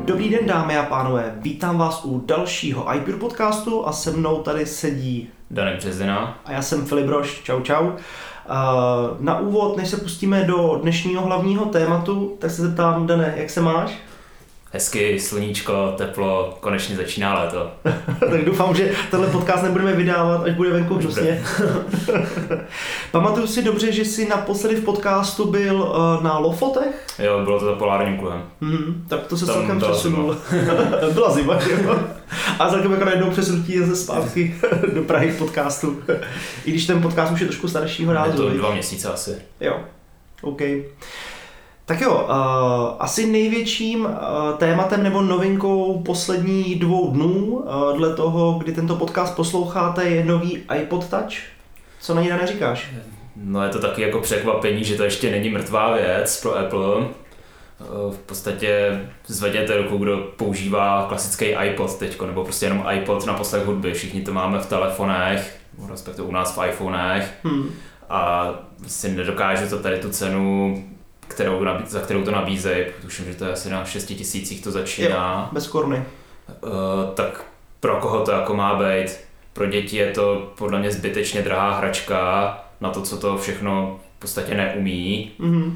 Dobrý den, dámy a pánové, vítám vás u dalšího iPure podcastu a se mnou tady sedí Danek Březina. A já jsem Filip Brož, čau. Na úvod, než se pustíme do dnešního hlavního tématu, tak se zeptám, Dane, jak se máš? Hezky, sluníčko, teplo, konečně začíná léto. Tak doufám, že tenhle podcast nebudeme vydávat, až bude venku hnusně. Pamatuju si dobře, že jsi naposledy v podcastu byl na Lofotech? Jo, bylo to za polárním kruhem. Tak to se celkem přesunul. Byla zima, jo. A celkem jako najednou přesunutí ze zpátky do Prahy v podcastu. I když ten podcast už je trošku staršího rázu. Je to 2 měsíce asi. Jo, OK. Tak jo, asi největším tématem nebo novinkou posledních 2 dnů, dle toho, kdy tento podcast posloucháte, je nový iPod Touch. Co na něj neříkáš? No je to taky jako překvapení, že to ještě není mrtvá věc pro Apple. V podstatě zvedněte ruku, kdo používá klasický iPod teďko, nebo prostě jenom iPod na poslech hudby. Všichni to máme v telefonech, respektive u nás v iPhonech. A si nedokáže to tady tu cenu, za kterou to nabízejí, tuším, že to je asi na 6 000 to začíná. Jo, bez koruny. Tak pro koho to jako má být? Pro děti je to podle mě zbytečně drahá hračka na to, co to všechno v podstatě neumí.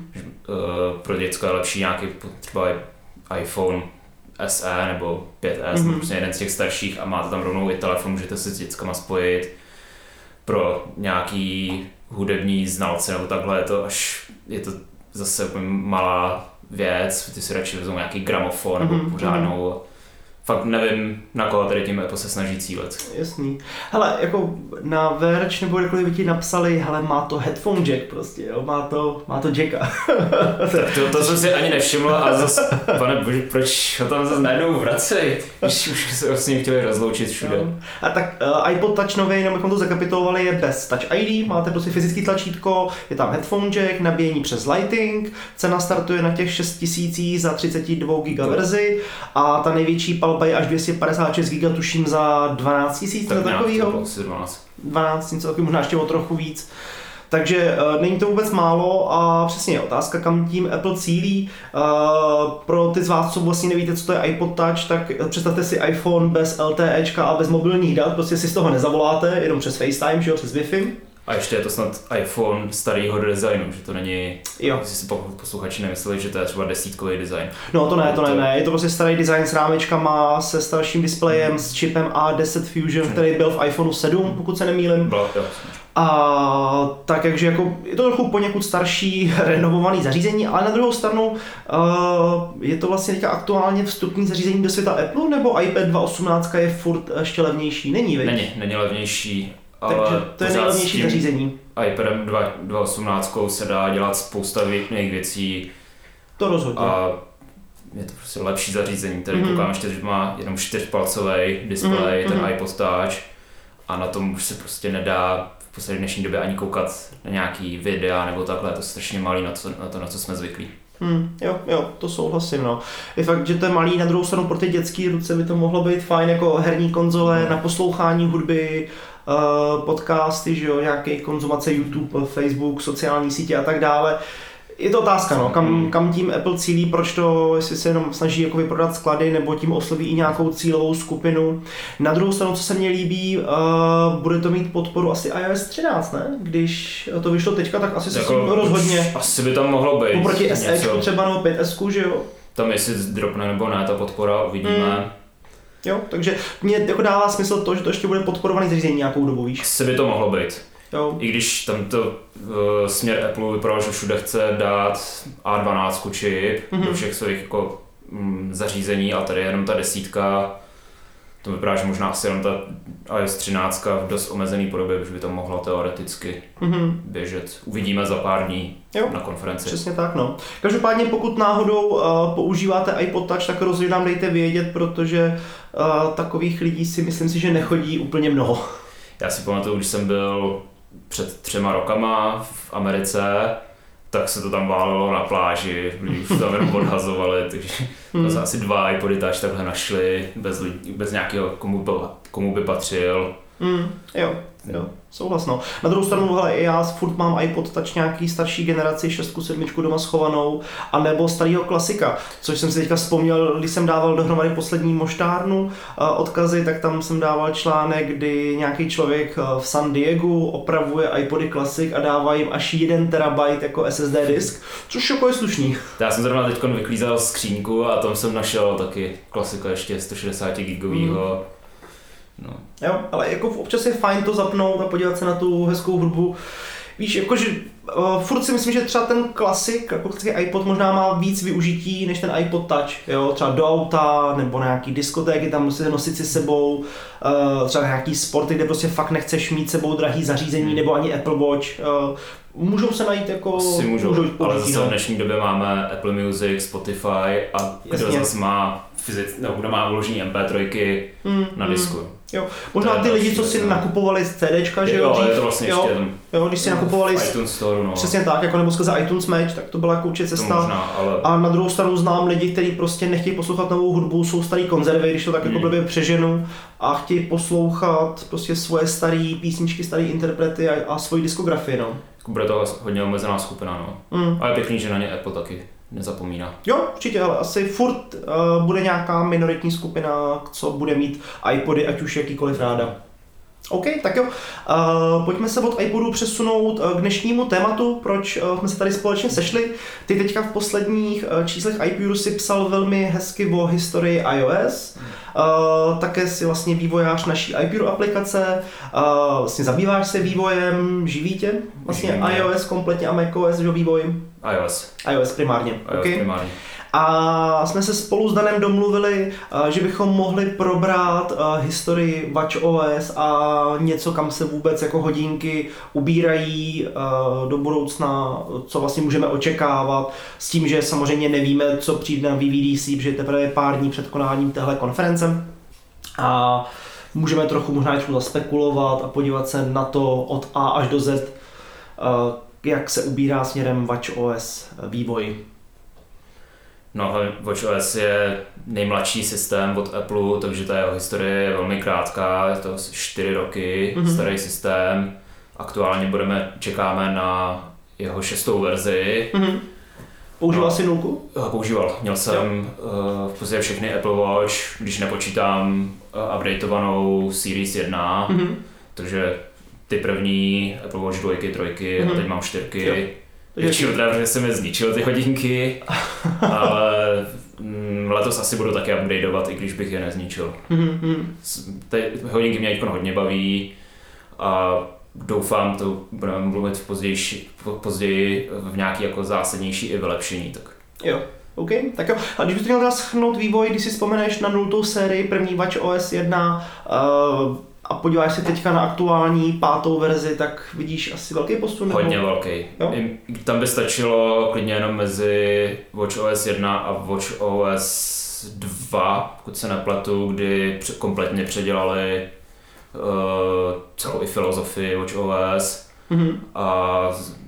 Pro děcko je lepší nějaký třeba iPhone SE nebo 5S, nebo prostě jeden z těch starších a máte tam rovnou i telefon, můžete se s dětskama spojit. Pro nějaký hudební znalce nebo takhle je to zase malá věc, ty si radši vezmou nějaký gramofon nebo pořádnou. Fakt nevím, na koho tady tím Apple se snaží cílit. Jasný. Hele, jako na Verge nebo kdekoliv by ti napsali, hele, má to headphone jack prostě, jo, má to jacka. Tak to jsem si ani nevšiml a zase, pane bože, proč ho tam zase najednou vracej, když už se s ním chtěli rozloučit všude. No. A tak iPod Touch nový, jenom bychom to zakapitolovali, je bez Touch ID, máte prostě fyzický tlačítko, je tam headphone jack, nabíjení přes Lighting, cena startuje na těch 6 000 za 32 GB verzi a ta největší palba je až 256 GB, tuším za 12 000, tak takovýho. 12, něco takový, možná ještě o trochu víc. Takže není to vůbec málo a přesně otázka, kam tím Apple cílí. Pro ty z vás, co vlastně nevíte, co to je iPod Touch, tak představte si iPhone bez LTEčka a bez mobilních dat, prostě si z toho nezavoláte, jenom přes FaceTime, že jo, přes Wi-Fi. A ještě je to snad iPhone starého designu, že to není, jo. Jestli si posluchači nemysleli, že to je třeba 10kový design. No to ne, je to prostě starý design s rámečkama, se starším displejem, s čipem A10 Fusion, který byl v iPhoneu 7, pokud se nemýlim. A tak, takže jako je to trochu poněkud starší, renovovaný zařízení, ale na druhou stranu je to vlastně teďka aktuálně vstupní zařízení do světa Apple, nebo iPad 2.18 je furt ještě levnější? Není levnější. Takže to je nejlevnější zařízení. iPadem 2.18 se dá dělat spousta jiných věcí. To rozhodně. A je to prostě lepší zařízení. Tady koukám ještě, že má jenom 4palcový displej, ten iPod Touch. A na tom už se prostě nedá v poslední dnešní době ani koukat na nějaký videa nebo takhle. Je to strašně malý na co jsme zvyklí. Jo, to souhlasím, no. Je fakt, že to je malý, na druhou stranu pro ty dětský ruce by to mohlo být fajn jako herní konzole na poslouchání hudby, podcasty, že jo, nějaké konzumace YouTube, Facebook, sociální sítě a tak dále. Je to otázka, no, kam tím Apple cílí, proč to, jestli se jenom snaží jako vyprodat sklady, nebo tím osloví i nějakou cílovou skupinu. Na druhou stranu, co se mně líbí, bude to mít podporu asi iOS 13, ne? Když to vyšlo teďka, tak asi se s tím rozhodně. Asi by tam mohlo být. Oproti SE třeba nebo 5S, že jo? Tam jestli dropne nebo ne, ta podpora, uvidíme. Jo, takže mě jako dává smysl to, že to ještě bude podporovaný zařízení nějakou dobu, víš? Asi by to mohlo být. Jo. I když tam to směr Apple vypadá, že všude chce dát A12 čip do všech svých jako, zařízení a tady je jenom ta 10. To vypadá, že možná asi jenom ta iOS 13 v dost omezený podobě, že by to mohlo teoreticky běžet. Uvidíme za pár dní na konferenci. Přesně tak, no. Každopádně pokud náhodou používáte iPod Touch, tak rozhodně nám dejte vědět, protože takových lidí si myslím si, že nechodí úplně mnoho. Já si pamatuju, když jsem byl před 3 rokama v Americe, tak se to tam válelo na pláži, lidi už tam jenom odhazovali, takže to asi 2 iPody Touch takhle našli, bez nějakého, komu by patřil. Jo, souhlasno. Na druhou stranu, hele, já furt mám iPod Touch nějaký starší generaci, 6, 7 doma schovanou, anebo starýho klasika, což jsem si teďka vzpomněl, když jsem dával dohromady poslední moštárnu odkazy, tak tam jsem dával článek, kdy nějaký člověk v San Diegu opravuje iPody Classic a dává jim až 1 terabajt jako SSD disk, což jako je slušný. Já jsem zrovna teď vyklízal skříňku a tam jsem našel taky klasika ještě 160 gigovýho. No. Jo, ale jako občas je fajn to zapnout a podívat se na tu hezkou hudbu. Víš, jakože furt si myslím, že třeba ten klasik, jako iPod možná má víc využití než ten iPod Touch, jo, třeba do auta nebo na nějaký diskotéky, tam musíte nosit si sebou, třeba nějaký sporty, kde prostě fakt nechceš mít sebou drahý zařízení nebo ani Apple Watch. Můžou se najít jako... Můžou ale zase v dnešní době máme Apple Music, Spotify a kdo zase má kdo má uložený MP3 na disku. Jo, možná ty lidi, co si nakupovali z CDčka, že jo, je to vlastně jo, když si nakupovali z iTunes Store, no. Přesně tak, jako nebo skrze iTunes Match, tak to byla jako určitě cesta. Možná, ale... A na druhou stranu znám lidi, kteří prostě nechtějí poslouchat novou hudbu, jsou starý konzervy, když to tak jako blbě přeženu a chtějí poslouchat prostě svoje staré písničky, staré interprety a svoji diskografii, no. Bude to hodně omezená skupina, no. Ale je pěkný, že na ně Apple taky nezapomíná. Jo, určitě, ale asi furt bude nějaká minoritní skupina, co bude mít iPody, ať už jakýkoliv ráda. OK, tak jo. Pojďme se od iPodu přesunout k dnešnímu tématu, proč jsme se tady společně sešli. Ty teďka v posledních číslech iPodu si psal velmi hezky o historii iOS. Také si vlastně vývojář naší iPodu aplikace. Vlastně zabýváš se vývojem, živí tě vlastně iOS kompletně a macOS vývoj? iOS primárně. Okay. Primárně. A jsme se spolu s Danem domluvili, že bychom mohli probrat historii watchOS a něco, kam se vůbec jako hodinky ubírají do budoucna, co vlastně můžeme očekávat, s tím, že samozřejmě nevíme, co přijde na WWDC, protože teprve je pár dní před konáním téhle konference. A můžeme trochu možná trochu zaspekulovat a podívat se na to od A až do Z, jak se ubírá směrem watchOS vývoj. No, watchOS je nejmladší systém od Apple, takže ta jeho historie je velmi krátká, je to 4 roky starý systém. Aktuálně čekáme na jeho 6. verzi. Používal jsi 0? Používal. Měl jsem v podstatě všechny Apple Watch, když nepočítám updateovanou Series 1, takže ty první Apple Watch 2, 3 a teď mám 4. Většinou teda, protože jsem je zničil ty hodinky, ale letos asi budu taky upgradeovat, i když bych je nezničil. Ty hodinky mě teď hodně baví a doufám, to budeme mluvit později v nějaký jako zásadnější i vylepšení. Tak. Jo. OK, tak jo. A když bys měl shrnout vývoj, když si vzpomeneš na 0. sérii, první watchOS 1 a podíváš se teďka na aktuální 5. verzi, tak vidíš asi velký posun? Hodně velký. Jo? Tam by stačilo klidně jenom mezi watchOS 1 a watchOS 2, pokud se nepletu, kdy kompletně předělali celou i filozofii watchOS a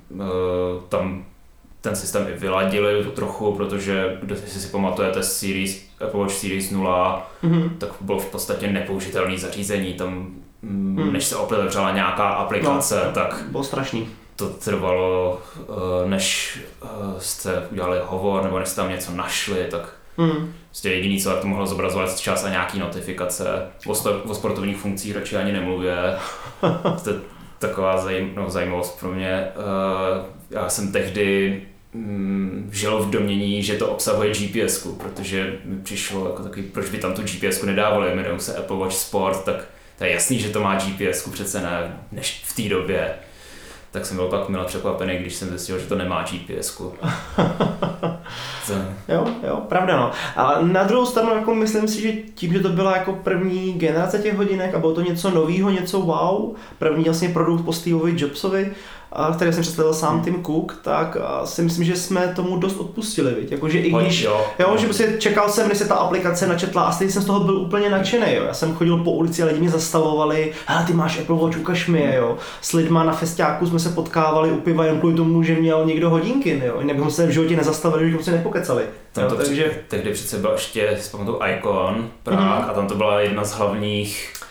tam ten systém i vyladili trochu, protože jestli si pamatujete Apple Watch Series 0, tak bylo v podstatě nepoužitelné zařízení. Tam, než se otevřela nějaká aplikace, tak bylo strašný. To trvalo, než jste udělali hovor nebo než jste tam něco našli, tak prostě jediný, co to mohlo zobrazovat čas a nějaký notifikace. O sportovních funkcích radši ani nemluvě. To je taková zajímavost pro mě. Já jsem tehdy žil v domnění, že to obsahuje GPS-ku, protože mi přišlo jako takový, proč by tam tu GPS-ku nedávali, jmenují se Apple Watch Sport, tak to je jasný, že to má GPS-ku, přece ne, než v té době. Tak jsem byl pak mile překvapený, když jsem zjistil, že to nemá GPS-ku. Jo, pravda no. A na druhou stranu jako myslím si, že tím, že to byla jako první generace těch hodinek a bylo to něco novýho, něco wow, první vlastně produkt po Steveovi Jobsovi, který jsem představil sám Tim Cook, tak si myslím, že jsme tomu dost odpustili, viď? Jakože i když, že prostě čekal jsem, než se ta aplikace načetla a stejně jsem z toho byl úplně nadšený, jo. Já jsem chodil po ulici a lidi mě zastavovali, hele, ty máš Apple Watch, ukaž mi je, jo. S lidma na festiáku jsme se potkávali u piva jen kvůli tomu, že měl někdo hodinky, jo. Jinak bychom se v životě nezastavili, že bychom se nepokecali. Tam to takže tehdy přece byl ještě, vzpomínám, Icon Prague a tam to byla jedna z hlavních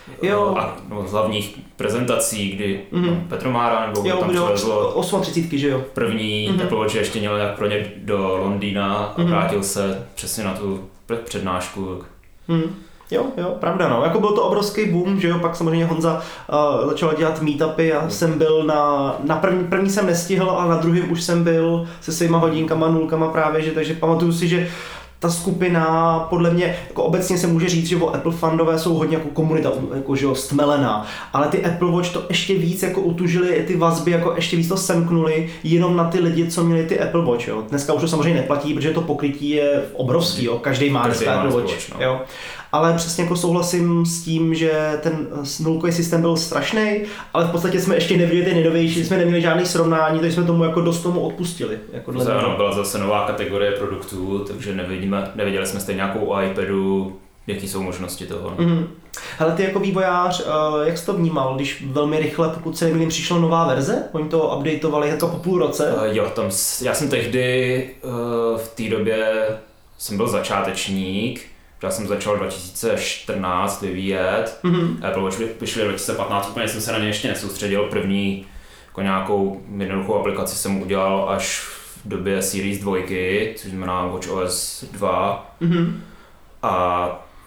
z hlavních prezentací, kdy Petr Mára nebo tam přivezlo 38, že jo? První Apple Watch ještě měl jak pro ně do Londýna a vrátil se přesně na tu přednášku. Jo, pravda no. Jako byl to obrovský boom, že jo, pak samozřejmě Honza začal dělat meetupy a jsem byl na první jsem nestihl a na druhém už jsem byl se svýma hodinkama, nulkama právě, že takže pamatuju si, že ta skupina, podle mě, jako obecně se může říct, že Apple fandové jsou hodně jako komunita, jako, že jo, stmelená, ale ty Apple Watch to ještě víc jako utužili, ty vazby jako ještě víc to semknuli jenom na ty lidi, co měli ty Apple Watch, jo. Dneska už to samozřejmě neplatí, protože to pokrytí je obrovský, jo, každý má Apple Watch, jo. Ale přesně jako souhlasím s tím, že ten nulkový systém byl strašný, ale v podstatě jsme ještě neviděli ty nejnovější, jsme neměli žádný srovnání, takže jsme tomu jako dost tomu odpustili. Jako byla zase nová kategorie produktů, takže neviděli jsme stejně nějakou iPadu, jaký jsou možnosti toho. Hele, ty jako vývojář, jak jsi to vnímal, když velmi rychle, pokud se nevím, přišla nová verze? Oni to updateovali jako po půl roce? Já jsem tehdy v té době jsem byl začátečník. Já jsem začal 2014 vyvíjet, Apple Watch vyšly 2015, úplně jsem se na ně ještě nesoustředil. První jako nějakou jednoduchou aplikaci jsem udělal až v době Series 2, což znamená WatchOS 2. A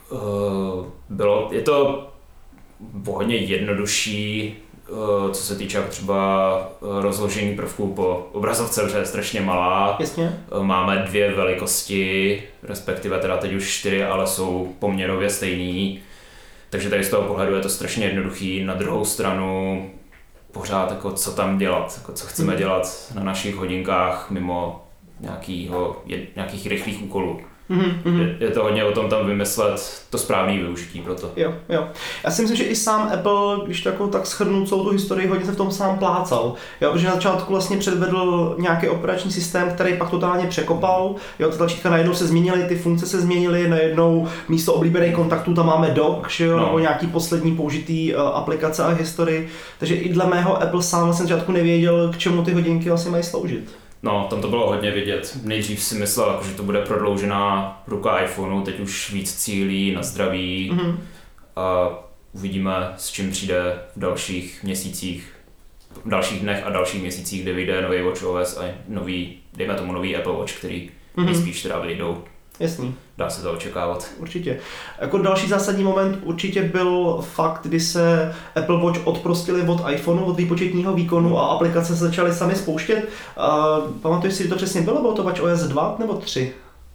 je to hodně jednodušší, co se týče jako třeba rozložení prvků po obrazovce, protože je strašně malá. Jasně. Máme 2 velikosti, respektive teda teď už 4, ale jsou poměrově stejný. Takže tady z toho pohledu je to strašně jednoduchý. Na druhou stranu pořád jako co tam dělat, jako co chceme dělat na našich hodinkách mimo nějakých rychlých úkolů. Je to hodně o tom tam vymyslet to správné využití pro to. Jo. Já si myslím, že i sám Apple, když to jako tak shrnu celou tu historii, hodně se v tom sám plácal. Jo, protože na začátku vlastně předvedl nějaký operační systém, který pak totálně překopal. Jo, ty tlačítka najednou se změnily, ty funkce se změnily, najednou místo oblíbených kontaktů tam máme dock, jo, nebo nějaký poslední použitý aplikace a historii. Takže i dle mého Apple sám vlastně na začátku nevěděl, k čemu ty hodinky vlastně mají sloužit. No, tam to bylo hodně vidět. Nejdřív si myslel, že to bude prodloužená ruka iPhoneu, teď už víc cílí na zdraví a uvidíme, s čím přijde v dalších měsících, v dalších dnech a dalších měsících, kde vyjde nový WatchOS a dejme tomu nový Apple Watch, který nejspíš teda vyjdou. Jasný. Dá se to očekávat. Určitě. Jako další zásadní moment určitě byl fakt, kdy se Apple Watch odprostili od iPhoneu, od výpočetního výkonu a aplikace se začaly sami spouštět. Pamatuješ si, kdy to přesně bylo? Bylo to WatchOS 2 nebo 3?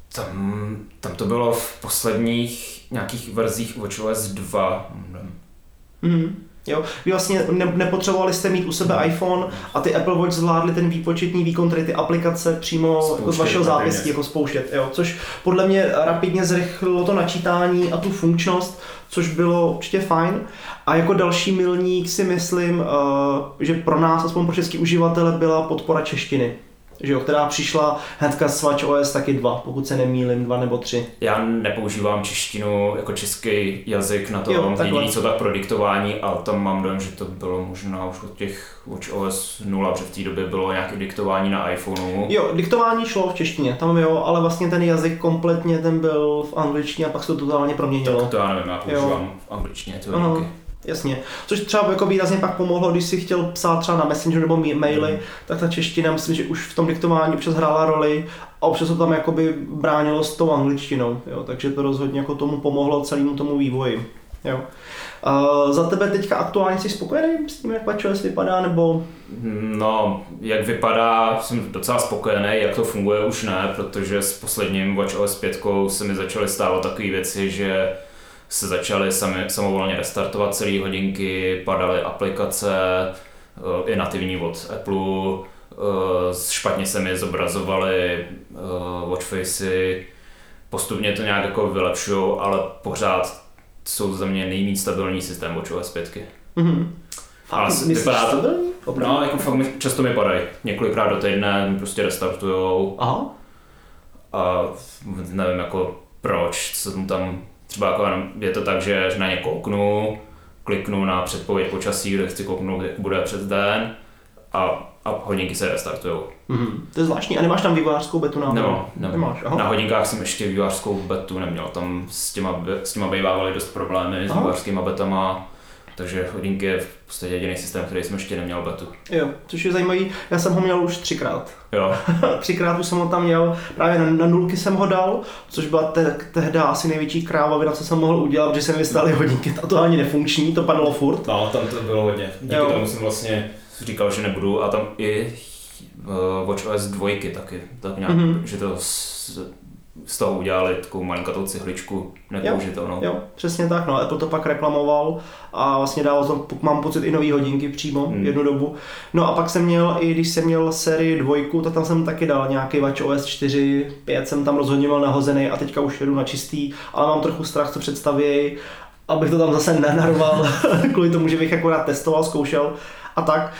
Tam to bylo v posledních nějakých verzích WatchOS 2. Jo, vy vlastně nepotřebovali jste mít u sebe iPhone a ty Apple Watch zvládli ten výpočetní výkon, tedy ty aplikace přímo jako z vašeho zápisky jako spouštět, jo, což podle mě rapidně zrychlilo to načítání a tu funkčnost, což bylo určitě fajn. A jako další milník si myslím, že pro nás, aspoň pro český uživatele, byla podpora češtiny. Že jo, která přišla hnedka s WatchOS taky 2, pokud se nemýlím, 2 nebo 3. Já nepoužívám češtinu jako český jazyk na to, jediný co tak pro diktování, ale tam mám dojem, že to bylo možná už od těch WatchOS 0, protože v té době bylo nějaké diktování na iPhoneu. Jo, diktování šlo v češtině, tam jo, ale vlastně ten jazyk kompletně ten byl v angličtině a pak se to totálně proměnilo. Tak to já nevím, já používám v angličtině ty hodinky. Jasně, což třeba jako výrazně pak pomohlo, když si chtěl psát třeba na Messenger nebo maily, tak ta čeština, myslím, že už v tom diktování občas hrála roli a občas to tam jakoby bránilo s tou angličtinou, jo, takže to rozhodně jako tomu pomohlo celému tomu vývoji. Jo. Za tebe teďka aktuálně jsi spokojený s tím, jak WatchOS vypadá, nebo? No, jak vypadá, jsem docela spokojený, jak to funguje už ne, protože s posledním WatchOS 5 se mi začaly stávat takové věci, že se začaly samovolně restartovat celé hodinky, padaly aplikace, i nativní od Apple, špatně se mi zobrazovaly watchfacey, postupně to nějak jako vylepšujou, ale pořád jsou za mě nejméně stabilní systém WatchOS 5. Ale vypadá to? No, jako fakt často mi padají, několikrát do týdne prostě restartujou. Aha. A nevím jako proč, co tam třeba jako je to tak, že na ně kouknu, kliknu na předpověď počasí, kde chci kouknout, jak bude přes den a hodinky se restartujou. To je zvláštní. A nemáš tam vývojářskou betu náhodou? Nemáš. Na hodinkách jsem ještě vývojářskou betu neměl. Tam s těma bývávaly dost problémy s vývojářskýma betama. Takže hodinky je v podstatě jediný systém, který jsem ještě neměl betu. Jo, což je zajímavý. Já jsem ho měl už 3krát. Jo. 3krát už jsem ho tam měl, právě na nulky jsem ho dal, což byla tehdy asi největší krávavina, co jsem mohl udělat, protože se mi vystaly hodinky, a to ani nefunkční, to padalo furt. No, tam to bylo hodně. Díky tomu jsem vlastně říkal, že nebudu, a tam i WatchOS 2 taky, tak nějak, že to z toho udělali takovou malinkatou cihličku nepoužitelnou. Jo, přesně tak, no, Apple to pak reklamoval a vlastně dával to, mám pocit, i nový hodinky přímo jednu dobu. No a pak jsem měl, i když jsem měl sérii 2, tak tam jsem taky dal nějaký WatchOS 4, 5 jsem tam rozhodně měl nahozený a teďka už jedu na čistý, ale mám trochu strach, co představí, abych to tam zase nenarval, kvůli tomu, že bych akorát testoval, zkoušel. A tak,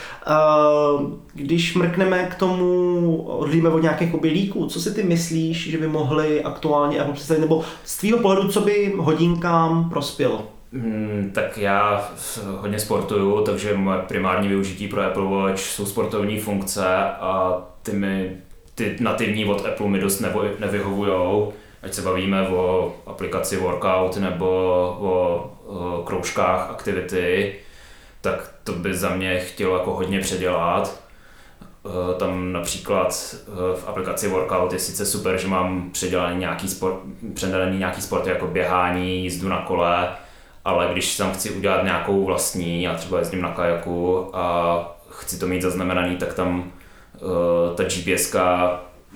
když mrkneme k tomu, odhlíme od nějakých líků, co si ty myslíš, že by mohli aktuálně Apple představit, nebo z tvýho pohledu, co by hodinkám prospělo? Tak já hodně sportuju, takže moje primární využití pro Apple Watch jsou sportovní funkce a ty nativní od Apple mi dost nevyhovujou, ať se bavíme o aplikaci Workout nebo o kroužkách Activity, tak to by za mě chtělo jako hodně předělat. Tam například v aplikaci Workout je sice super, že mám předělaný nějaký sport jako běhání, jízdu na kole, ale když tam chci udělat nějakou vlastní, já třeba jezdím na kajaku a chci to mít zaznamenaný, tak tam ta GPSka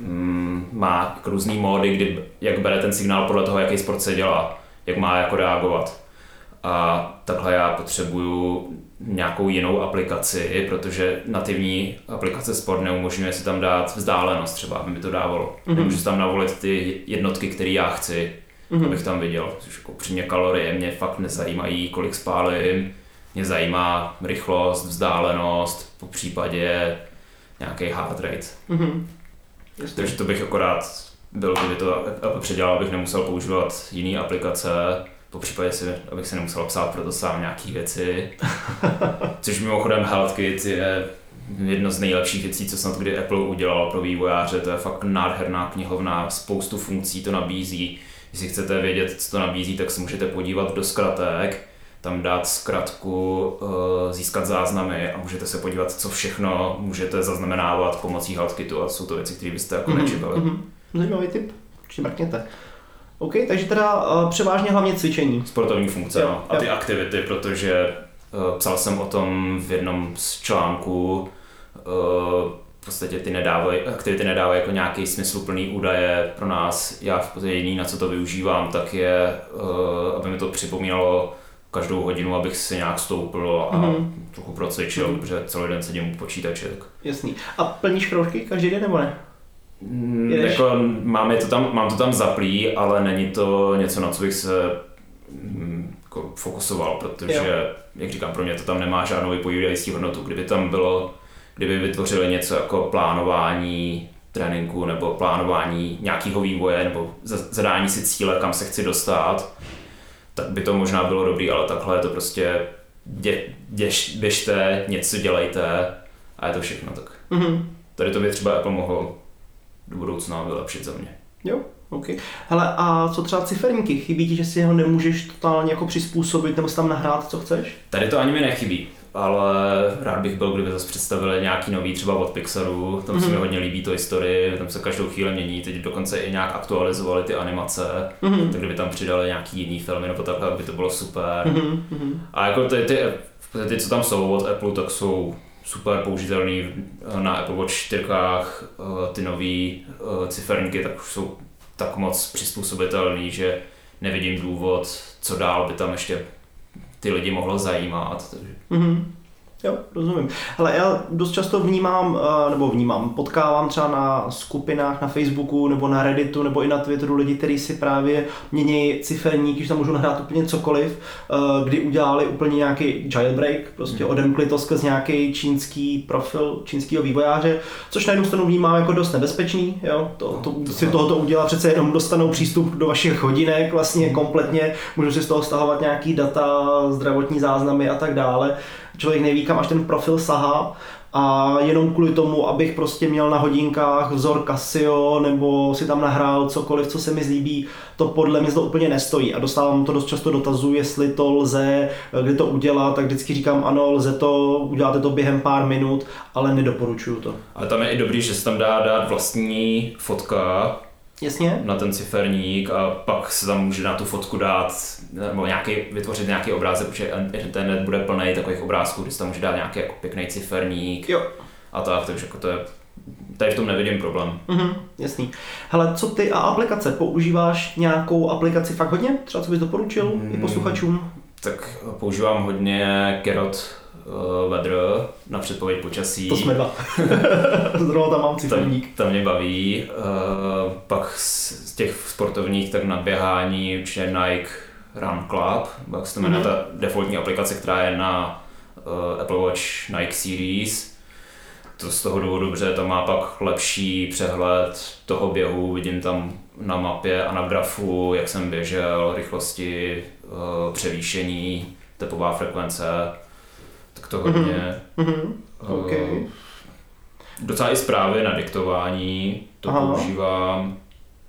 má jako různý módy, jak bere ten signál podle toho, jaký sport se dělá, jak má jako reagovat. A takhle já potřebuju nějakou jinou aplikaci, protože nativní aplikace Sport neumožňuje si tam dát vzdálenost třeba, aby mi to dávalo. Nemůžu si tam navolit ty jednotky, které já chci, abych tam viděl. Což jako upřímně kalorie mě fakt nezajímají, kolik spálím. Mě zajímá rychlost, vzdálenost, po případě nějaký heart rate. Takže to bych akorát byl, kdyby to Apple předělal, abych nemusel používat jiné aplikace. Po případě abych si nemusel psát proto sám nějaký věci. Což mimochodem HealthKit je jedno z nejlepších věcí, co snad kdy Apple udělal pro vývojáře. To je fakt nádherná knihovna, spoustu funkcí to nabízí. Jestli chcete vědět, co to nabízí, tak se můžete podívat do zkratek, tam dát zkratku, získat záznamy a můžete se podívat, co všechno můžete zaznamenávat pomocí HealthKitu, a jsou to věci, které byste jako nečekali. Zajímavý tip, určitě mrkněte. OK, takže teda převážně hlavně cvičení. Sportovní funkce, jo, no. A ty aktivity, protože psal jsem o tom v jednom z článků, v podstatě ty aktivity nedávají jako nějaký smysluplný údaje pro nás. Já v podstatě jediný, na co to využívám, tak je, aby mi to připomínalo každou hodinu, abych si nějak stoupil a trochu procvičil, protože celý den sedím u počítače. Jasný. A plníš kroužky každý den nebo ne? Jako mám to tam zaplý, ale není to něco, na co bych se jako fokusoval, protože, jak říkám, pro mě to tam nemá žádnou vypovídající hodnotu. Kdyby vytvořili něco jako plánování tréninku nebo plánování nějakého vývoje nebo zadání si cíle, kam se chci dostat, tak by to možná bylo dobrý, ale takhle je to prostě běžte, něco dělejte a je to všechno. Tak. Tady to by třeba Apple mohl do budoucna vylepšit za mě. Jo, OK. Hele, a co třeba ciferníky? Chybí ti, že si ho nemůžeš totálně jako přizpůsobit nebo si tam nahrát, co chceš? Tady to ani mi nechybí, ale rád bych byl, kdyby zase představili nějaký nový třeba od Pixaru, tam se mi hodně líbí Toy Story, tam se každou chvíli mění, teď dokonce i nějak aktualizovali ty animace, tak kdyby tam přidali nějaký jiný filmy nebo takhle, by to bylo super. A jako ty, co tam jsou od Apple, tak jsou super použitelný na Apple Watch 4, ty nový ciferníky tak už jsou tak moc přizpůsobitelný, že nevidím důvod, co dál by tam ještě ty lidi mohlo zajímat. Takže. Jo, rozumím. Hele, já dost často potkávám třeba na skupinách na Facebooku nebo na Redditu nebo i na Twitteru lidi, kteří si právě mění ciferníky, že tam můžou nahrát úplně cokoliv, kdy udělali úplně nějaký jailbreak, prostě odemkli to skrz nějaký čínský profil čínského vývojáře, což na jednu stranu vnímám jako dost nebezpečný, jo, si tohoto udělá, přece jenom dostanou přístup do vašich hodinek vlastně kompletně, můžou si z toho stahovat nějaký data, zdravotní záznamy a tak dále. Člověk neví, kam až ten profil sahá a jenom kvůli tomu, abych prostě měl na hodinkách vzor Casio nebo si tam nahrál cokoliv, co se mi zlíbí, to podle mě to úplně nestojí a dostávám to dost často dotazů, jestli to lze, kde to udělat, tak vždycky říkám ano, lze to, uděláte to během pár minut, ale nedoporučuju to. Ale tam je i dobrý, že se tam dá dát vlastní fotka. Jasně. Na ten ciferník a pak se tam může na tu fotku dát nebo vytvořit nějaký obrázek, protože internet bude plný takových obrázků, kdy se tam může dát nějaký jako pěkný ciferník. Jo. A tak, takže jako to je, tady v tom nevidím problém. Jasný. Hele, co ty a aplikace? Používáš nějakou aplikaci fakt hodně? Třeba co bys doporučil i posluchačům? Tak používám hodně Carrot Weather na předpověď počasí. To jsme dva. Zrovna tam mám ciferník. Tam mě baví. Pak z těch sportovních tak na běhání určitě Nike Run Club. Pak se to jmenuje ta defaultní aplikace, která je na Apple Watch Nike Series. To z toho důvodu, že to má pak lepší přehled toho běhu, vidím tam na mapě a na grafu, jak jsem běžel, rychlosti, převýšení, tepová frekvence, tak to hodně. Okay. Docela i zprávy na diktování, to používám.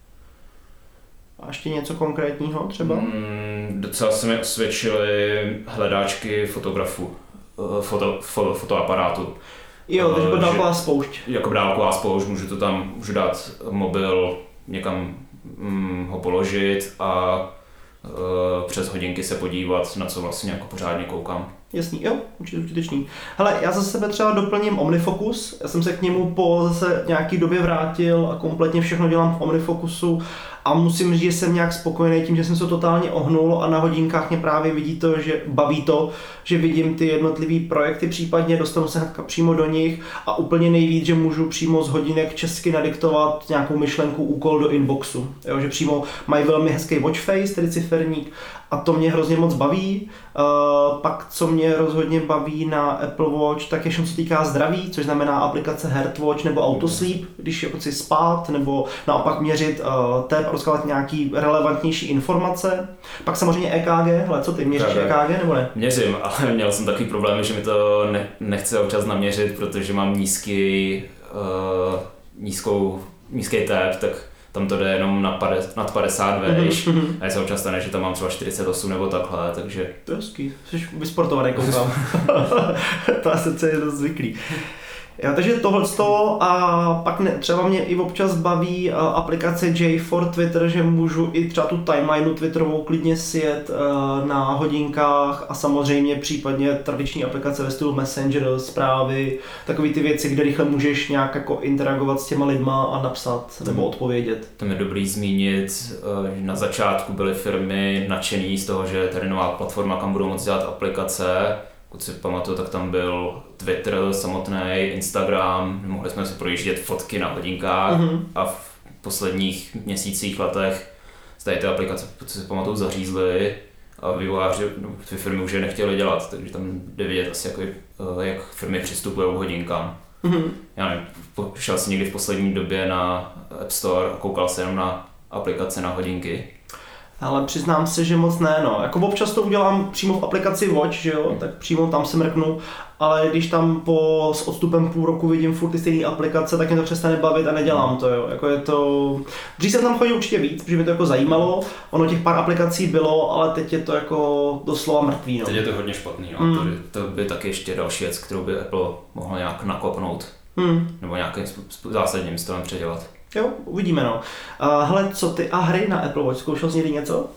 A ještě něco konkrétního třeba? Docela se mi osvědčily hledáčky fotografů, fotoaparátu. Jo, takže jako dálková spoušť. Jako dálková spoušť, můžu dát mobil, někam ho položit a přes hodinky se podívat, na co vlastně jako pořádně koukám. Jasný, jo, určitě užitečný. Hele, já za sebe třeba doplním OmniFocus, já jsem se k němu po zase nějaký době vrátil a kompletně všechno dělám v OmniFocusu a musím říct, že jsem nějak spokojený tím, že jsem se totálně ohnul a na hodinkách mě právě vidí to, že baví to, že vidím ty jednotlivý projekty, případně dostanu se hnedka přímo do nich a úplně nejvíc, že můžu přímo z hodinek česky nadiktovat nějakou myšlenku, úkol do inboxu, jo, že přímo mají velmi hezký watch face, tedy ciferník a to mě hrozně moc baví. Pak co mě rozhodně baví na Apple Watch, tak je všechno, co týká zdraví, což znamená aplikace Heartwatch nebo Autosleep, když jako chci spát, nebo naopak měřit tep a rozkládat nějaký relevantnější informace. Pak samozřejmě EKG, hele, co ty, měříš EKG nebo ne? Měřím, ale měl jsem takový problém, že mi to nechce občas naměřit, protože mám nízký tep, tak tam to jde jenom nad 50 vejš a se občas stane, že tam mám třeba 48 nebo takhle, takže... To je hezký, jsi vysportovaný, koukám. To asi je dost zvyklý. Jo, takže tohleto a pak třeba mě i občas baví aplikace J4 Twitter, že můžu i třeba tu timelineu twitterovou klidně sjet na hodinkách a samozřejmě případně tradiční aplikace ve stylu Messenger, zprávy, takové ty věci, kde rychle můžeš nějak jako interagovat s těma lidma a napsat nebo odpovědět. To je dobrý zmínit, že na začátku byly firmy nadšený z toho, že tady nová platforma, kam budou moct dělat aplikace. Pokud si pamatuju, tak tam byl Twitter samotný, Instagram, mohli jsme si projíždět fotky na hodinkách a v posledních měsících, letech tady ty aplikace, pokud si pamatuju, zařízly a vývojáři, ty firmy už je nechtěli dělat, takže tam jde vidět asi jako, jak firmy přistupují k hodinkám. Já nevím, šel si někdy v poslední době na App Store a koukal se jenom na aplikace na hodinky. Ale přiznám se, že moc ne, no. Jako občas to udělám přímo v aplikaci Watch, že jo, tak přímo tam se mrknu, ale když tam s odstupem půl roku vidím furt ty stejné aplikace, tak mě to přestane bavit a nedělám to, jo. Jako je to... Dřív jsem tam chodil určitě víc, protože mě to jako zajímalo, ono těch pár aplikací bylo, ale teď je to jako doslova mrtvý, no. Teď je to hodně špatný, no. To by taky ještě další věc, kterou by Apple mohl nějak nakopnout, nebo nějakým zásadním stylem předělat. Jo, uvidíme, no. Hele, co ty a hry na Apple Watch? Zkoušel jsi někdy něco?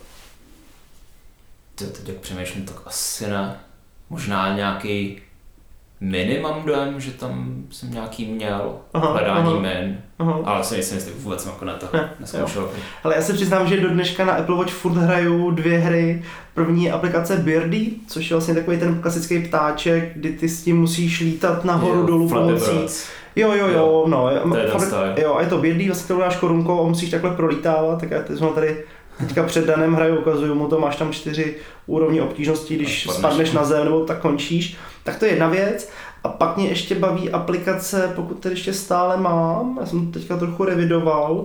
Teď jak přemýšlím, tak asi ne. Možná nějaký mini mám dojem, že tam jsem nějaký měl hledání min, ale si nejsem, jestli vůbec neskoušel. Hele, já se přiznám, že do dneška na Apple Watch furt hraju 2 hry. První je aplikace Birdie, což je vlastně takový ten klasický ptáček, kdy ty s tím musíš lítat nahoru dolů pomocí. Jo, no. Jo, a je to Birdie, vlastně kterou dáš korunkou a musíš takhle prolítávat, tak já jsme tady teďka před danem hraju, ukazuju mu to, máš tam 4 úrovně obtížnosti, když spadneš na zem nebo tak končíš, tak to je jedna věc. A pak mě ještě baví aplikace, pokud tedy ještě stále mám, já jsem to teďka trochu revidoval,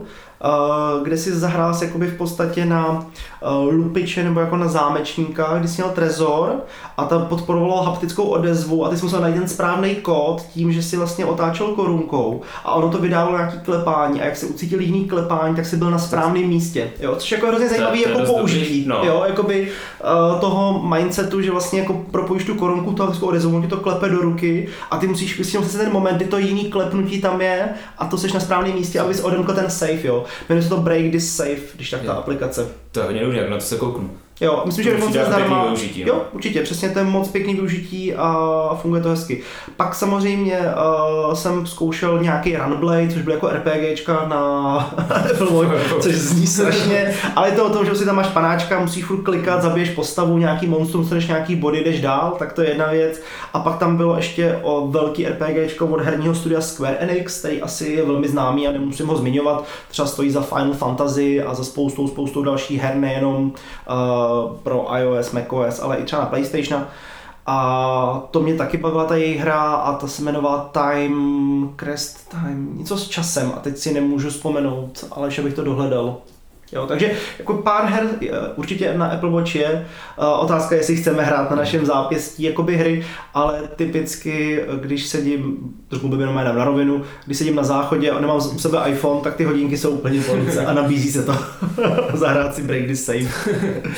kde si zahrál jakoby v podstatě na lupiče nebo jako na zámečníka, kdy jsi měl trezor a ta podporovalo haptickou odezvu a ty jsi musel najít ten správný kód tím, že si vlastně otáčel korunkou a ono to vydávalo nějaký klepání a jak si ucítil jiný klepání, tak si byl na správném místě, jo, což jako hrozně zajímavý jako použití, no. Jo, jakoby toho mindsetu, že vlastně jako propojíš tu korunku, tu haptickou odezvu, on ti to klepe do ruky a ty musíš vystihnout ten moment, kdy to jiný klepnutí tam je a to seš na správném místě, abys odemkl ten save, jo. Jmenuje se to Break This Safe, když tak ta aplikace. To je hodně dobrý, jak na to se kouknu. Jo, myslím, že to je zdarma. Využití, jo, určitě, přesně, to je moc pěkný využití a funguje to hezky. Pak samozřejmě jsem zkoušel nějaký Runblade, což byl jako RPGčka na Apple Watch, což zní strašně, ale je to o tom, že si tam máš panáčka, musíš furt klikat, zabiješ postavu, nějaký monstrum, dostaneš nějaký body, jdeš dál, tak to je jedna věc. A pak tam bylo ještě o velký RPGčko od herního studia Square Enix, který asi je velmi známý a nemusím ho zmiňovat, třeba stojí za Final Fantasy a za spoustou dalších her, nejenom pro iOS, macOS, ale i třeba na PlayStation. A to mě taky bavila ta jejich hra a ta se jmenovala Crest Time, něco s časem a teď si nemůžu vzpomenout, ale ještě bych to dohledal. Jo, takže jako pár her určitě na Apple Watch je. Otázka je, jestli chceme hrát na našem zápěstí jakoby hry, ale typicky, když sedím, trošku by jenom na rovinu, když sedím na záchodě a nemám u sebe iPhone, tak ty hodinky jsou úplně po ruce a nabízí se to zahrát si Break This Safe.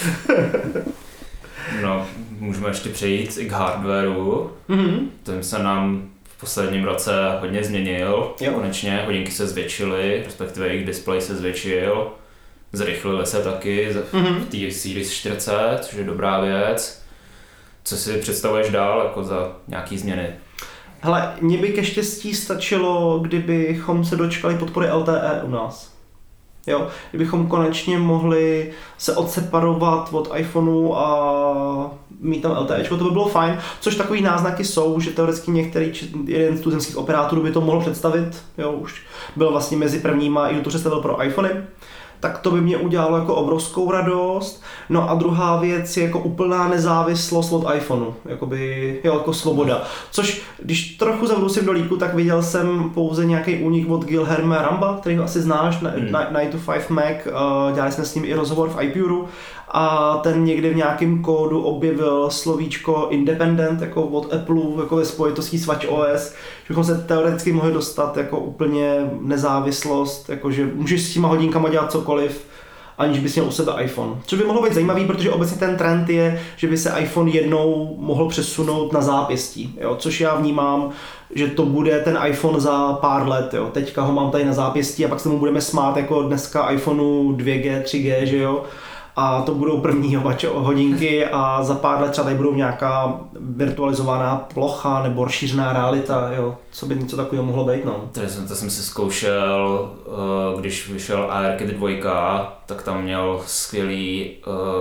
No, můžeme ještě přejít i k hardwareu. Ten se nám v posledním roce hodně změnil. Jo. Konečně hodinky se zvětšily, respektive jejich displej se zvětšil. Zrychlily se taky v té Series 40, což je dobrá věc. Co si představuješ dál jako za nějaký změny? Hele, mě by ke štěstí stačilo, kdybychom se dočkali podpory LTE u nás. Jo, kdybychom konečně mohli se odseparovat od iPhoneu a mít tam LTE, to by bylo fajn, což takový náznaky jsou, že teoreticky jeden z tuzemských operátorů by to mohl představit, jo, už byl vlastně mezi prvníma, i to představil pro iPhony, tak to by mě udělalo jako obrovskou radost. No a druhá věc je jako úplná nezávislost od iPhoneu, jakoby, jo, jako svoboda. Což, když trochu zabrousím do líku, tak viděl jsem pouze nějaký únik od Guilherme Ramba, který ho asi znáš, na 9to5 Mac, dělali jsme s ním i rozhovor v iPuru a ten někde v nějakém kódu objevil slovíčko independent jako od Apple, jako ve spojitosti s WatchOS, že bychom se teoreticky mohli dostat jako úplně nezávislost, jakože můžeš s těma hodinkama dělat cokoliv, aniž bys měl u sebe iPhone. Což by mohlo být zajímavý, protože obecně ten trend je, že by se iPhone jednou mohl přesunout na zápěstí, jo? Což já vnímám, že to bude ten iPhone za pár let. Jo? Teďka ho mám tady na zápěstí a pak se mu budeme smát jako dneska iPhoneu 2G, 3G, že jo? A to budou první hodinky a za pár let třeba tady budou nějaká virtualizovaná plocha nebo rozšířená realita, jo, co by něco takového mohlo být, no. To jsem si zkoušel, když vyšel ARKit 2, tak tam měl skvělý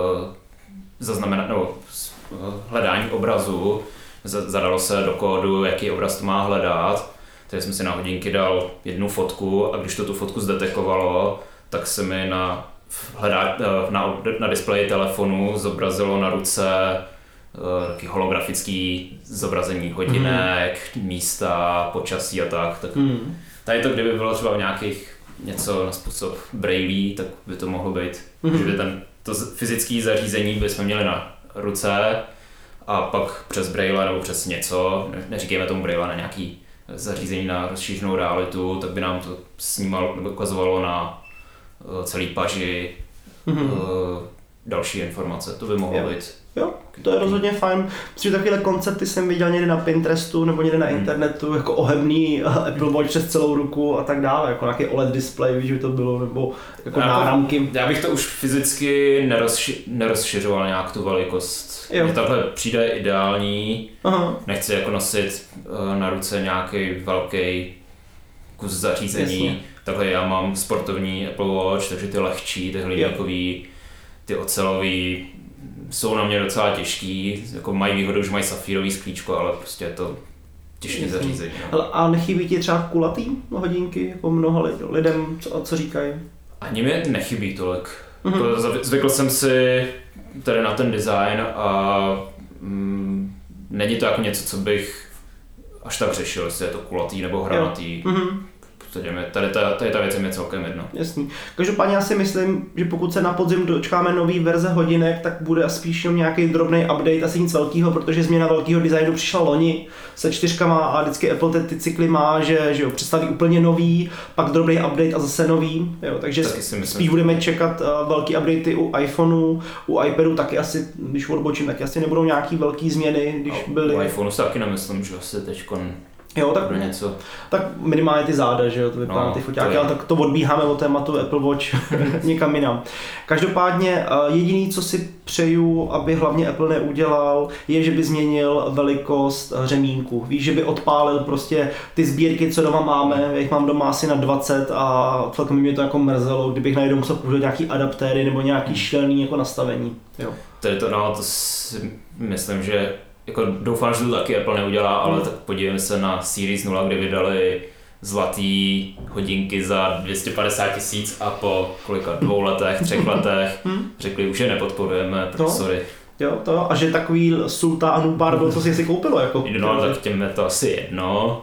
hledání obrazu, zadalo se do kódu, jaký obraz to má hledat, takže jsem si na hodinky dal jednu fotku a když to tu fotku zdetekovalo, tak se mi na displeji telefonu zobrazilo na ruce taky holografický zobrazení hodinek, místa, počasí a tak. Tady to, kdyby bylo třeba v nějakých něco na způsob brailí, tak by to mohlo být, že by to fyzické zařízení bychom měli na ruce a pak přes braille nebo přes něco, neříkejme tomu braille, na nějaký zařízení na rozšířenou realitu, tak by nám to snímalo nebo ukazovalo na celý paži, další informace, to by mohlo být. Jo, to je rozhodně fajn. Myslím, že takovéhle koncepty jsem viděl někde na Pinterestu nebo někde na internetu, jako ohebný Apple Watch přes celou ruku a tak dále, jako nějaký OLED display, víš, že to bylo, nebo jako náramky. Já bych to už fyzicky nerozšiřoval nějak tu velikost. Mně takhle přijde ideální, nechci jako nosit na ruce nějaký velký kus zařízení. Jasně. Takhle já mám sportovní Apple Watch, takže ty lehčí, ty hliníkový, ty ocelový jsou na mě docela těžký, jako mají výhodu, že mají safírový sklíčko, ale prostě je to těžké zařízení. No. A nechybí ti třeba kulatý hodinky, jako mnoho lidem, co říkají? Ani mi nechybí tolik. Zvykl jsem si tady na ten design a není to jako něco, co bych až tak řešil, jestli je to kulatý nebo hranatý. Tady ta věc je mi celkem jedno. Jasný. Každopádně já si myslím, že pokud se na podzim dočkáme nový verze hodinek, tak bude spíš jenom nějaký drobný update, asi nic velkého, protože změna velkého designu přišla loni se 4 a vždycky Apple ty cykly má, že jo, představí úplně nový, pak drobný update a zase nový, jo, takže spíš budeme čekat velký updaty u iPhoneu, u iPadu taky asi, když odbočím, taky asi nebudou nějaký velký změny, když byly. U iPhoneu se taky nemyslím, že asi teďkon. Jo, tak minimálně ty záda, že jo, to vypadá ty foťáky, ale tak to odbíháme od tématu Apple Watch někam jinam. Každopádně jediný, co si přeju, aby hlavně Apple neudělal, je, že by změnil velikost řemínku. Víš, že by odpálil prostě ty sbírky, co doma máme, já jich mám doma asi na 20 a celkem mě to jako mrzelo, kdybych najednou musel použít nějaký adaptéry nebo nějaký šílený jako nastavení. Jo. To si myslím, že jako doufám, že to taky Apple neudělá, ale tak podívejme se na Series 0, kde vydali zlatý hodinky za 250 000 a po 2 letech, 3 letech řekli, už je nepodporujeme, sorry. Jo, to a že takový sultánů pár byl, co si koupilo jako. No, tak těm je to asi jedno.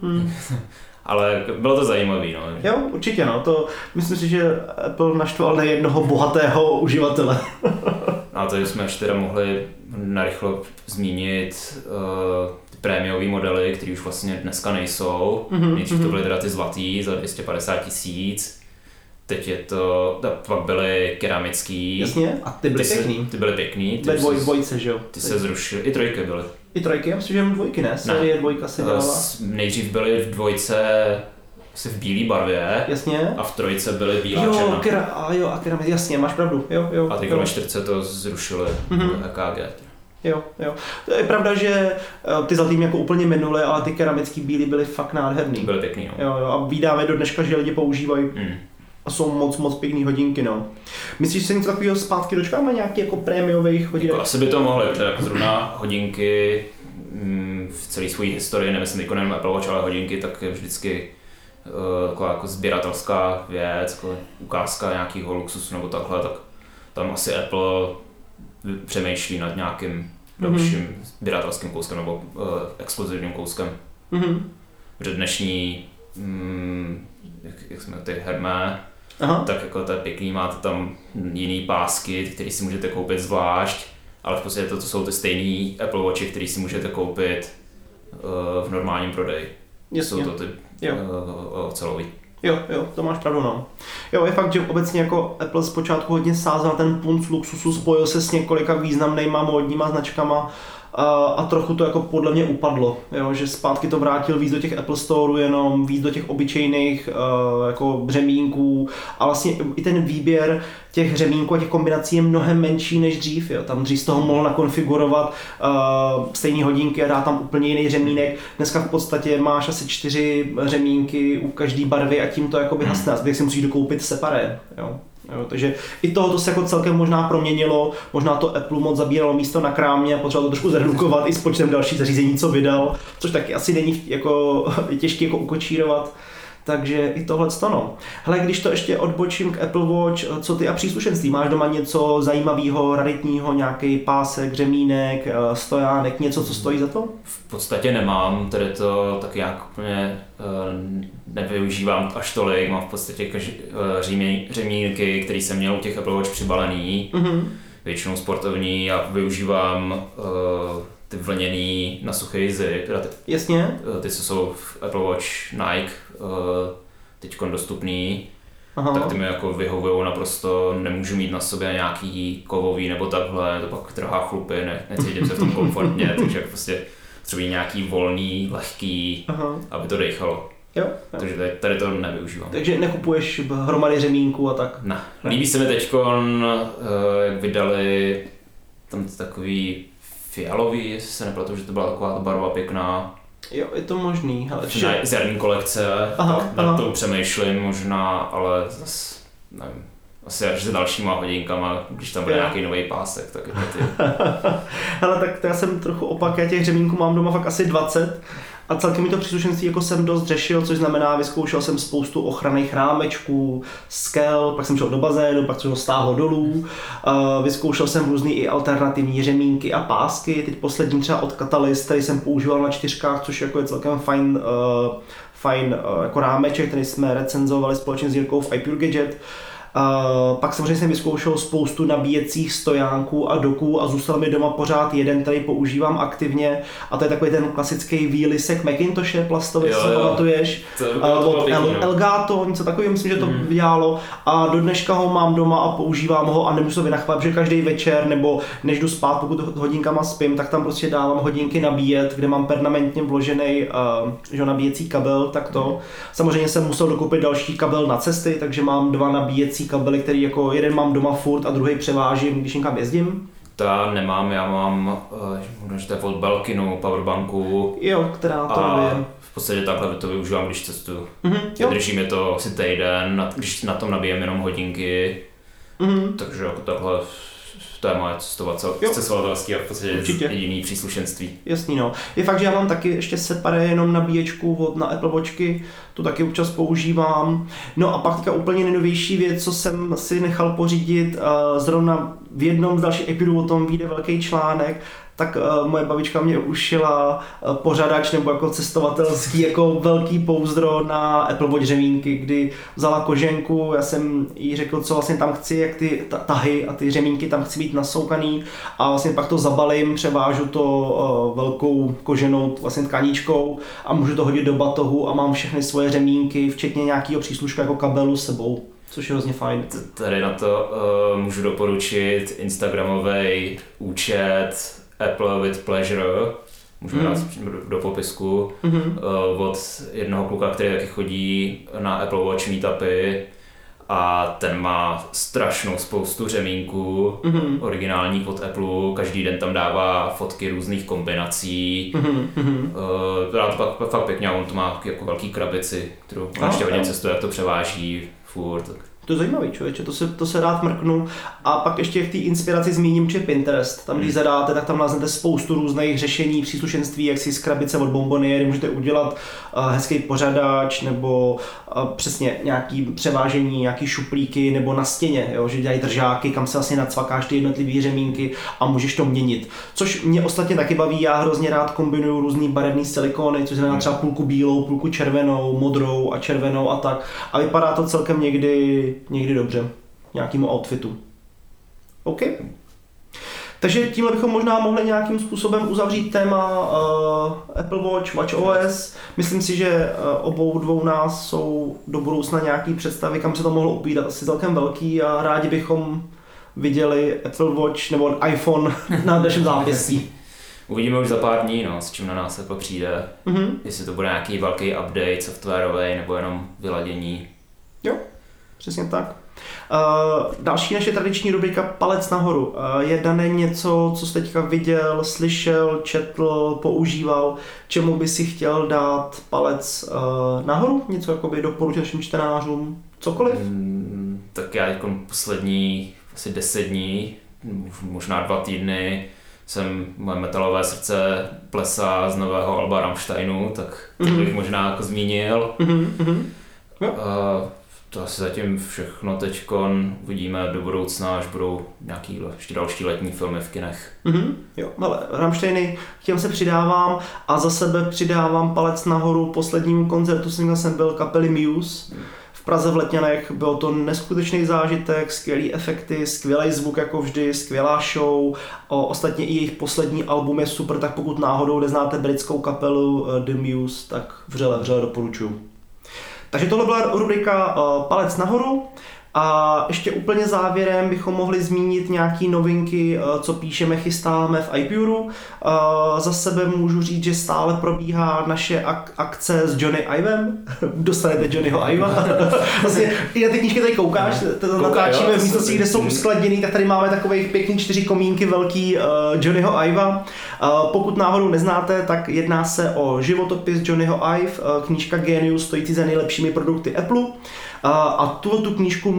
Ale bylo to zajímavý, no. Jo, určitě, no. To myslím si, že Apple naštval na jednoho bohatého uživatele. A to jsme ještě teda mohli narychlo zmínit ty prémiové modely, které už vlastně dneska nejsou. Nejdřív to byly teda ty zlatý za 250 000. Teď je to, pak byly keramický. Jasně, a ty byly pěkný. Ty byly pěkný. Ve dvojce, že jo? Ty se zrušily, i 3 byly. I 3, já myslím, že jenom 2, ne? Série 2 se dělala. Nejdřív byly v 2 asi v bílé barvě. Jasně. A v 3 byly bílá černá. A keramický, jasně, máš pravdu. Jo. A teď ve 4 to zrušili EKG. Jo. To je pravda, že ty zlatý jako úplně minuly, ale ty keramický bílý byly fakt nádherný. Byly pěkný, no. Jo, a vídáme do dneška, že lidi používají. A jsou moc pěkný hodinky, no. Myslíš, že se něco takového zpátky dočkáme, nějaký jako prémiových hodinek? Jako asi by to mohli, protože jako zrovna hodinky v celé své historii, nemyslím jako nejen Apple Watch, ale hodinky, tak je vždycky taková jako sběratelská věc, jako ukázka nějakého luxusu nebo takhle, tak tam asi Apple přemýšlí nad nějakým dalším sběratelským kouskem nebo exkluzivním kouskem. Protože dnešní, jak jsme ty Hermé, tak jako to je pěkný, máte tam jiný pásky, které si můžete koupit zvlášť, ale v podstatě to jsou ty stejný Apple Watchy, které si můžete koupit v normálním prodeji. Jsou to ty ocelový. Jo, to máš pravdu, no. Jo, je fakt, že obecně jako Apple zpočátku hodně sázal ten punc luxusu, spojil se s několika významnýma módníma značkama a trochu to jako podle mě upadlo, jo, že zpátky to vrátil víc do těch Apple Storeů, jenom víc do těch obyčejných jako řemínků a vlastně i ten výběr těch řemínků a těch kombinací je mnohem menší než dřív, jo. Tam dřív z toho mohl nakonfigurovat stejné hodinky a dát tam úplně jiný řemínek. Dneska v podstatě máš asi 4 řemínky u každé barvy a tím to jakoby hasne, zbytek si musíš dokoupit separé, jo. Jo, takže i tohoto se jako celkem možná proměnilo, možná to Apple moc zabíralo místo na krámě a potřeba to trošku zredukovat i s počtem dalších zařízení, co vydal, což taky asi není jako těžké jako ukočírovat. Takže i tohle no. Hele, když to ještě odbočím k Apple Watch, co ty a příslušenství? Máš doma něco zajímavého, raritního, nějaký pásek, řemínek, stojánek, něco, co stojí za to? V podstatě nemám, tedy to tak nějak úplně nevyužívám až tolik, mám v podstatě řemínky, které jsem měl u těch Apple Watch přibalený, většinou sportovní a využívám ty vlněný na suchý zip, Jasně. Ty, co jsou v Apple Watch Nike teďkon dostupný, tak ty mi jako vyhovujou naprosto, nemůžu mít na sobě nějaký kovový nebo takhle, to pak trhá chlupy, necítím se v tom komfortně, takže jako prostě potřebuji nějaký volný, lehký, aby to dejchalo. Jo. Takže tady to nevyužívám. Takže nekupuješ hromady řemínků a tak? Ne. Líbí se mi teďkon, jak vydali tam takový fialový, jestli se nepletu, že to byla taková barva pěkná. Jo, je to možný. Hele, z jarní kolekce, nad tou přemýšlím možná, ale zase nevím. Asi až s dalšíma hodinkama, když tam bude nějaký nový pásek, tak je to ty. Hele, tak to já jsem trochu opak, já těch řemínků mám doma fakt asi 20 a celkem mi to příslušenství jako jsem dost řešil, což znamená, vyzkoušel jsem spoustu ochranných rámečků, skel, pak jsem šel do bazénu, pak jsem to stáhl dolů, vyzkoušel jsem různý i alternativní řemínky a pásky, teď poslední třeba od Catalyst, který jsem používal na 4, což jako je celkem fajn jako rámeček, který jsme recenzovali společně s Jirkou v iPure Gadget. Pak samozřejmě jsem vyzkoušel spoustu nabíjecích stojánků a doků a zůstal mi doma pořád jeden, který používám aktivně, a to je takový ten klasický výlisek Macintoshe plastový, si pamatuješ, od Elgato, něco takového, myslím, že to vydělalo, a do dneška ho mám doma a používám ho a nemůžu to vynachvat, že každý večer nebo než jdu spát, pokud hodinkama spím, tak tam prostě dávám hodinky nabíjet, kde mám permanentně vložený nabíjecí kabel, tak to. Samozřejmě jsem musel dokoupit další kabel na cesty, takže mám 2 nabíjecí kabely, který jako jeden mám doma furt a druhý převážím, když někam jezdím. To já nemám, já mám, že to je od Belkinu, powerbanku. Jo, která to je. V podstatě takhle to využívám, když cestuju. Vydrží mi to asi týden, když na tom nabíjem jenom hodinky. Takže jako takhle to je moje cestovatelství a v podstatě jediný příslušenství. Jasný, no. Je fakt, že já mám taky ještě separé jenom nabíječku na Apple Watchky, tu taky občas používám. No a pak teďka úplně nejnovější věc, co jsem si nechal pořídit, zrovna v jednom z dalších epidů o tom vyjde velký článek, tak moje babička mě ušila pořadač nebo jako cestovatelský jako velký pouzdro na Apple Watch řemínky, kdy vzala koženku, já jsem jí řekl, co vlastně tam chci, jak ty tahy a ty řemínky tam chci být nasoukaný, a vlastně pak to zabalím, převážu to velkou koženou vlastně tkaníčkou a můžu to hodit do batohu a mám všechny svoje řemínky, včetně nějakého přísluška jako kabelu s sebou. Což je hrozně fajn. Tady na to můžu doporučit instagramový účet Apple with Pleasure, můžeme dát do popisku, od jednoho kluka, který taky chodí na Apple Watch meetupy, a ten má strašnou spoustu řemínků originálních od Apple, každý den tam dává fotky různých kombinací, to pak fakt pěkně, a on to má jako velký krabici, kterou ještě hodně cestuje, jak to převáží furt. To je zajímavý, člověče, to se rád mrknu. A pak ještě v té inspiraci zmíním, že Pinterest, tam když zadáte, tak tam naleznete spoustu různých řešení, příslušenství, jak si z krabice od Bombonier můžete udělat hezký pořadač, nebo přesně nějaký převážení, nějaký šuplíky, nebo na stěně, jo, že dělají držáky, kam se vlastně nacvakáš ty jednotlivý řemínky a můžeš to měnit. Což mě ostatně taky baví, já hrozně rád kombinuju různý barevný silikony, což znamená třeba půlku bílou, půlku červenou, modrou a červenou a tak. A vypadá to celkem někdy dobře, nějakému outfitu. OK. Takže tímhle bychom možná mohli nějakým způsobem uzavřít téma Apple Watch, WatchOS. Myslím si, že obou dvou nás jsou do budoucna nějaký představy, kam se to mohlo upírat, asi celkem velký, a rádi bychom viděli Apple Watch nebo iPhone na našem zápěstí. Uvidíme už za pár dní, no, s čím na nás Apple přijde. Jestli to bude nějaký velký update softwarový nebo jenom vyladění. Jo, přesně tak. Další naše tradiční rubrika Palec nahoru. Je dané něco, co jsi teďka viděl, slyšel, četl, používal, čemu by si chtěl dát palec nahoru? Něco jakoby doporučit našim čtenářům? Cokoliv? Tak já jako poslední asi 10 dní, možná 2 týdny, moje metalové srdce plesá z nového alba Rammsteinu, tak to bych možná jako zmínil. To asi zatím všechno teďkon, uvidíme do budoucna, až budou nějaký ještě další letní filmy v kinech. Jo, ale Rammsteiny, k těm se přidávám, a za sebe přidávám palec nahoru poslednímu koncertu, jsem byl kapely Muse v Praze v Letňanech. Bylo to neskutečný zážitek, skvělý efekty, skvělý zvuk jako vždy, skvělá show. Ostatně i jejich poslední album je super, tak pokud náhodou neznáte britskou kapelu The Muse, tak vřele doporučuju. Takže tohle byla rubrika Palec nahoru, a ještě úplně závěrem bychom mohli zmínit nějaké novinky, co píšeme, chystáme v iPuru. Za sebe můžu říct, že stále probíhá naše akce s Johnny Ivem. Dostanete Johnnyho Iva. Vlastně i na ty knížky tady koukáš, to natáčíme v místnosti, kde jsou uskladněný, tak tady máme takových pěkný 4 komínky velký Johnnyho Iva. Pokud náhodou neznáte, tak jedná se o životopis Johnnyho Ive, knížka Genius stojící za nejlepšími produkty Apple. A tu knížku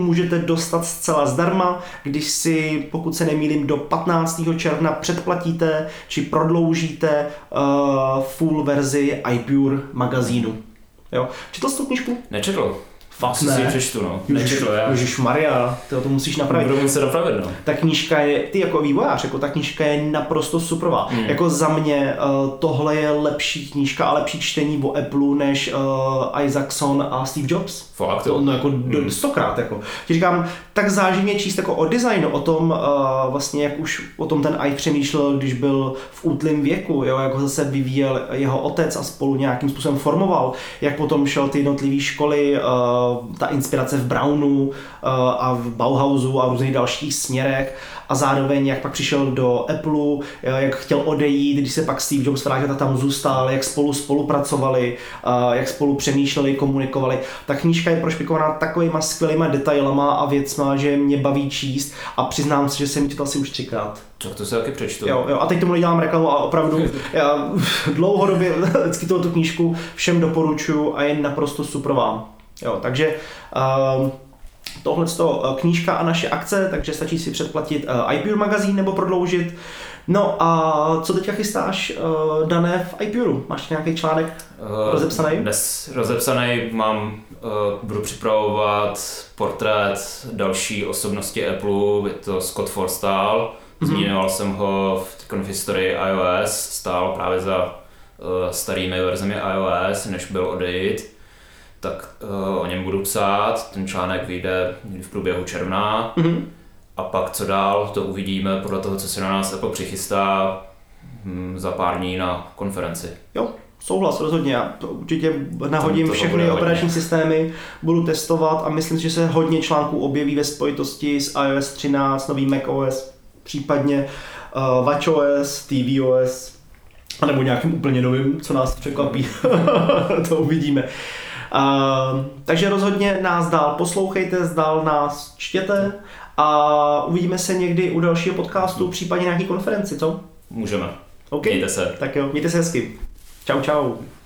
můžete dostat zcela zdarma, když si, pokud se nemýlím, do 15. června předplatíte či prodloužíte full verzi iPure magazínu. Jo. Četl jsi tu knížku? Nečetl. Fakt si ne. Přečtu, no. Nečetl já. Ježišmarja, to musíš napravit. Budu muset napravit, no. Ta knížka je, ty jako vývojář, jako ta knížka je naprosto superová. Jako za mě tohle je lepší knížka a lepší čtení o Apple než Isaacson a Steve Jobs. Fakt, to, no jako 100krát, jako. Ti říkám, tak záživně číst jako o designu, o tom vlastně, jak už o tom ten i přemýšlel, když byl v útlém věku, jo, jak ho zase vyvíjel jeho otec a spolu nějakým způsobem formoval, jak potom šel ty jednotlivé školy, ta inspirace v Brownu a v Bauhausu a v různých dalších směrech a zároveň jak pak přišel do Apple, jak chtěl odejít, když se pak Steve Jobs vrátil, tak tam zůstal, jak spolupracovali, jak spolu přemýšleli, komunikovali. Ta knížka je prošpikovaná takovýma skvělýma detailama a věcma, že mě baví číst a přiznám se, že jsem ji četl asi už 3krát. Tak to se taky přečtu. Jo, a teď tomu dělám reklamu a opravdu já dlouhodobě vždycky tu knížku všem doporučuji a je naprosto superová. Jo, takže tohle je knížka a naše akce, takže stačí si předplatit iPure magazín nebo prodloužit. No a co teďka chystáš, Dané, v iPure? Máš nějaký článek rozepsaný? Dnes rozepsaný mám, budu připravovat portrét další osobnosti Apple, je to Scott Forstall. Zmíňoval jsem ho v historii iOS, stál právě za starými verzemi iOS, než byl odejít. Tak o něm budu psát, ten článek vyjde v průběhu června a pak co dál, to uvidíme podle toho, co se na nás Apple přichystá za pár dní na konferenci. Jo, souhlas, rozhodně, já to určitě nahodím všechny operační systémy, budu testovat a myslím si, že se hodně článků objeví ve spojitosti s iOS 13, nový macOS, případně watchOS, tvOS, anebo nějakým úplně novým, co nás překvapí, to uvidíme. Takže rozhodně nás dál poslouchejte, dál nás čtěte a uvidíme se někdy u dalšího podcastu, případně nějaký konferenci, co? Můžeme. Okay. Mějte se. Tak jo, mějte se hezky. Čau, čau.